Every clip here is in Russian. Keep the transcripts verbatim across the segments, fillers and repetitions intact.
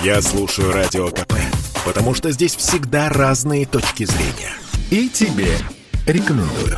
Я слушаю Радио КП, потому что здесь всегда разные точки зрения. И тебе рекомендую.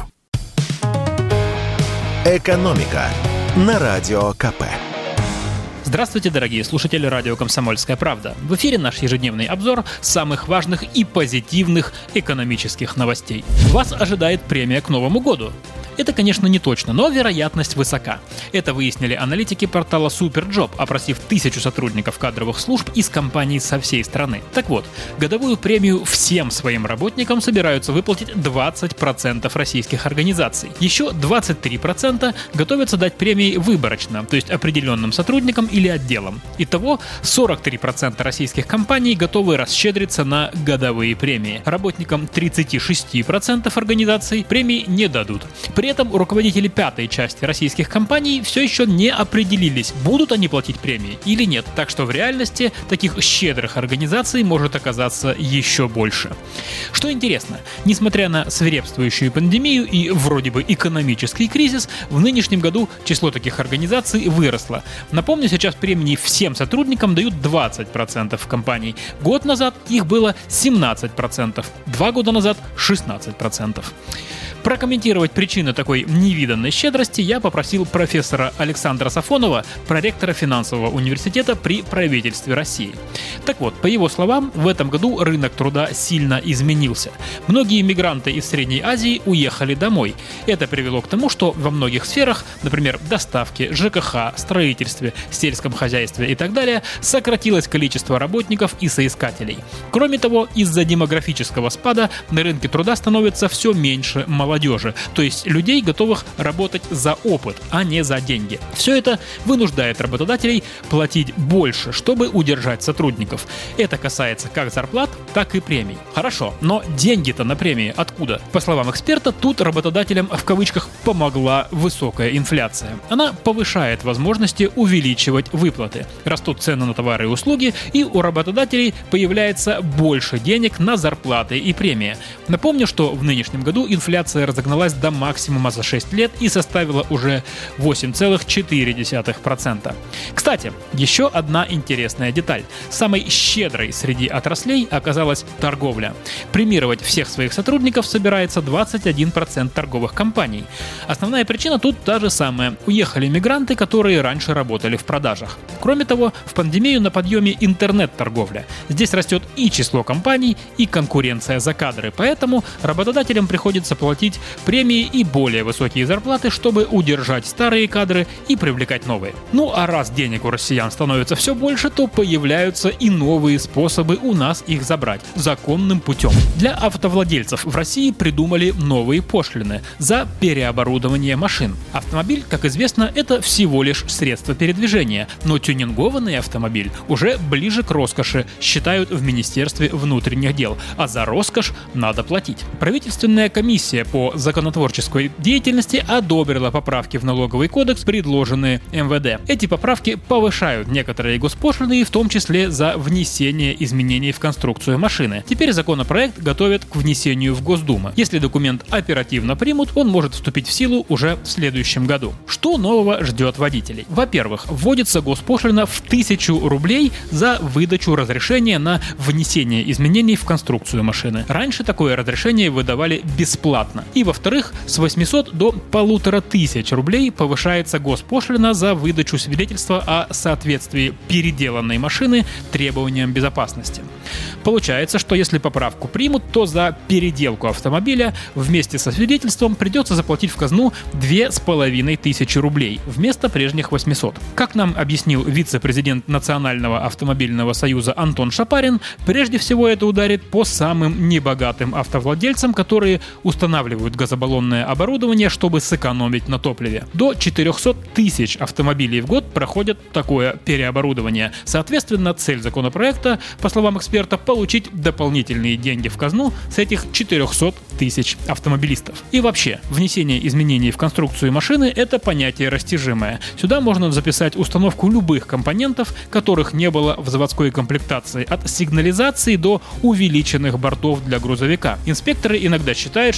«Экономика» на Радио КП. Здравствуйте, дорогие слушатели радио «Комсомольская правда». В эфире наш ежедневный обзор самых важных и позитивных экономических новостей. Вас ожидает премия к Новому году. Это, конечно, не точно, но вероятность высока. Это выяснили аналитики портала Superjob, опросив тысячу сотрудников кадровых служб из компаний со всей страны. Так вот, годовую премию всем своим работникам собираются выплатить двадцать процентов российских организаций. Еще двадцать три процента готовятся дать премии выборочно, то есть определенным сотрудникам или отделам. Итого сорок три процента российских компаний готовы расщедриться на годовые премии. Работникам тридцать шесть процентов организаций премии не дадут. При этом руководители пятой части российских компаний все еще не определились, будут они платить премии или нет. Так что в реальности таких щедрых организаций может оказаться еще больше. Что интересно, несмотря на свирепствующую пандемию и вроде бы экономический кризис, в нынешнем году число таких организаций выросло. Напомню, сейчас премии всем сотрудникам дают двадцать процентов компаний. Год назад их было семнадцать процентов, два года назад шестнадцать процентов. Прокомментировать причины такой невиданной щедрости я попросил профессора Александра Сафонова, проректора финансового университета при правительстве России. Так вот, по его словам, в этом году рынок труда сильно изменился. Многие мигранты из Средней Азии уехали домой. Это привело к тому, что во многих сферах, например, доставке, ЖКХ, строительстве, сельском хозяйстве и так далее, сократилось количество работников и соискателей. Кроме того, из-за демографического спада на рынке труда становится все меньше молодежи. молодежи, то есть людей, готовых работать за опыт, а не за деньги. Все это вынуждает работодателей платить больше, чтобы удержать сотрудников. Это касается как зарплат, так и премий. Хорошо, но деньги-то на премии откуда? По словам эксперта, тут работодателям в кавычках помогла высокая инфляция. Она повышает возможности увеличивать выплаты. Растут цены на товары и услуги, и у работодателей появляется больше денег на зарплаты и премии. Напомню, что в нынешнем году инфляция разогналась до максимума за шесть лет и составила уже восемь целых четыре десятых процента. Кстати, еще одна интересная деталь. Самой щедрой среди отраслей оказалась торговля. Премировать всех своих сотрудников собирается двадцать один процент торговых компаний. Основная причина тут та же самая. Уехали мигранты, которые раньше работали в продажах. Кроме того, в пандемию на подъеме интернет-торговля. Здесь растет и число компаний, и конкуренция за кадры. Поэтому работодателям приходится платить премии и более высокие зарплаты, чтобы удержать старые кадры и привлекать новые. Ну а раз денег у россиян становится все больше, то появляются и новые способы у нас их забрать законным путем. Для автовладельцев в России придумали новые пошлины за переоборудование машин. Автомобиль, как известно, это всего лишь средство передвижения, но тюнингованный автомобиль уже ближе к роскоши, считают в Министерстве внутренних дел, а за роскошь надо платить. Правительственная комиссия по законотворческой деятельности одобрила поправки в налоговый кодекс, предложенные эм вэ дэ. Эти поправки повышают некоторые госпошлины, в том числе за внесение изменений в конструкцию машины. Теперь законопроект готовят к внесению в Госдуму. Если документ оперативно примут, он может вступить в силу уже в следующем году. Что нового ждет водителей? Во-первых, вводится госпошлина в тысячу рублей за выдачу разрешения на внесение изменений в конструкцию машины. Раньше такое разрешение выдавали бесплатно. И во-вторых, с восьмисот до полутора тысяч рублей повышается госпошлина за выдачу свидетельства о соответствии переделанной машины требованиям безопасности. Получается, что если поправку примут, то за переделку автомобиля вместе со свидетельством придется заплатить в казну две с половиной тысячи рублей вместо прежних восьмисот. Как нам объяснил вице-президент Национального автомобильного союза Антон Шапарин, прежде всего это ударит по самым небогатым автовладельцам, которые устанавливают газобаллонное оборудование, чтобы сэкономить на топливе. До четырехсот тысяч автомобилей в год проходят такое переоборудование. Соответственно, цель законопроекта, по словам эксперта, получить дополнительные деньги в казну с этих четырехсот тысяч автомобилистов. И вообще, внесение изменений в конструкцию машины – это понятие растяжимое. Сюда можно записать установку любых компонентов, которых не было в заводской комплектации, от сигнализации до увеличенных бортов для грузовика. Инспекторы иногда считают, что даже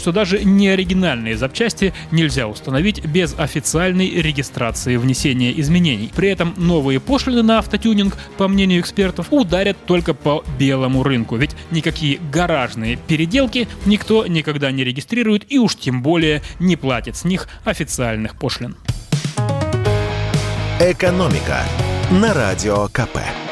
неоригинальные запчасти нельзя установить без официальной регистрации внесения изменений. При этом новые пошлины на автотюнинг, по мнению экспертов, ударят только по белому рынку, ведь никакие гаражные переделки никто никогда не регистрирует и уж тем более не платит с них официальных пошлин. Экономика на Радио ка пэ.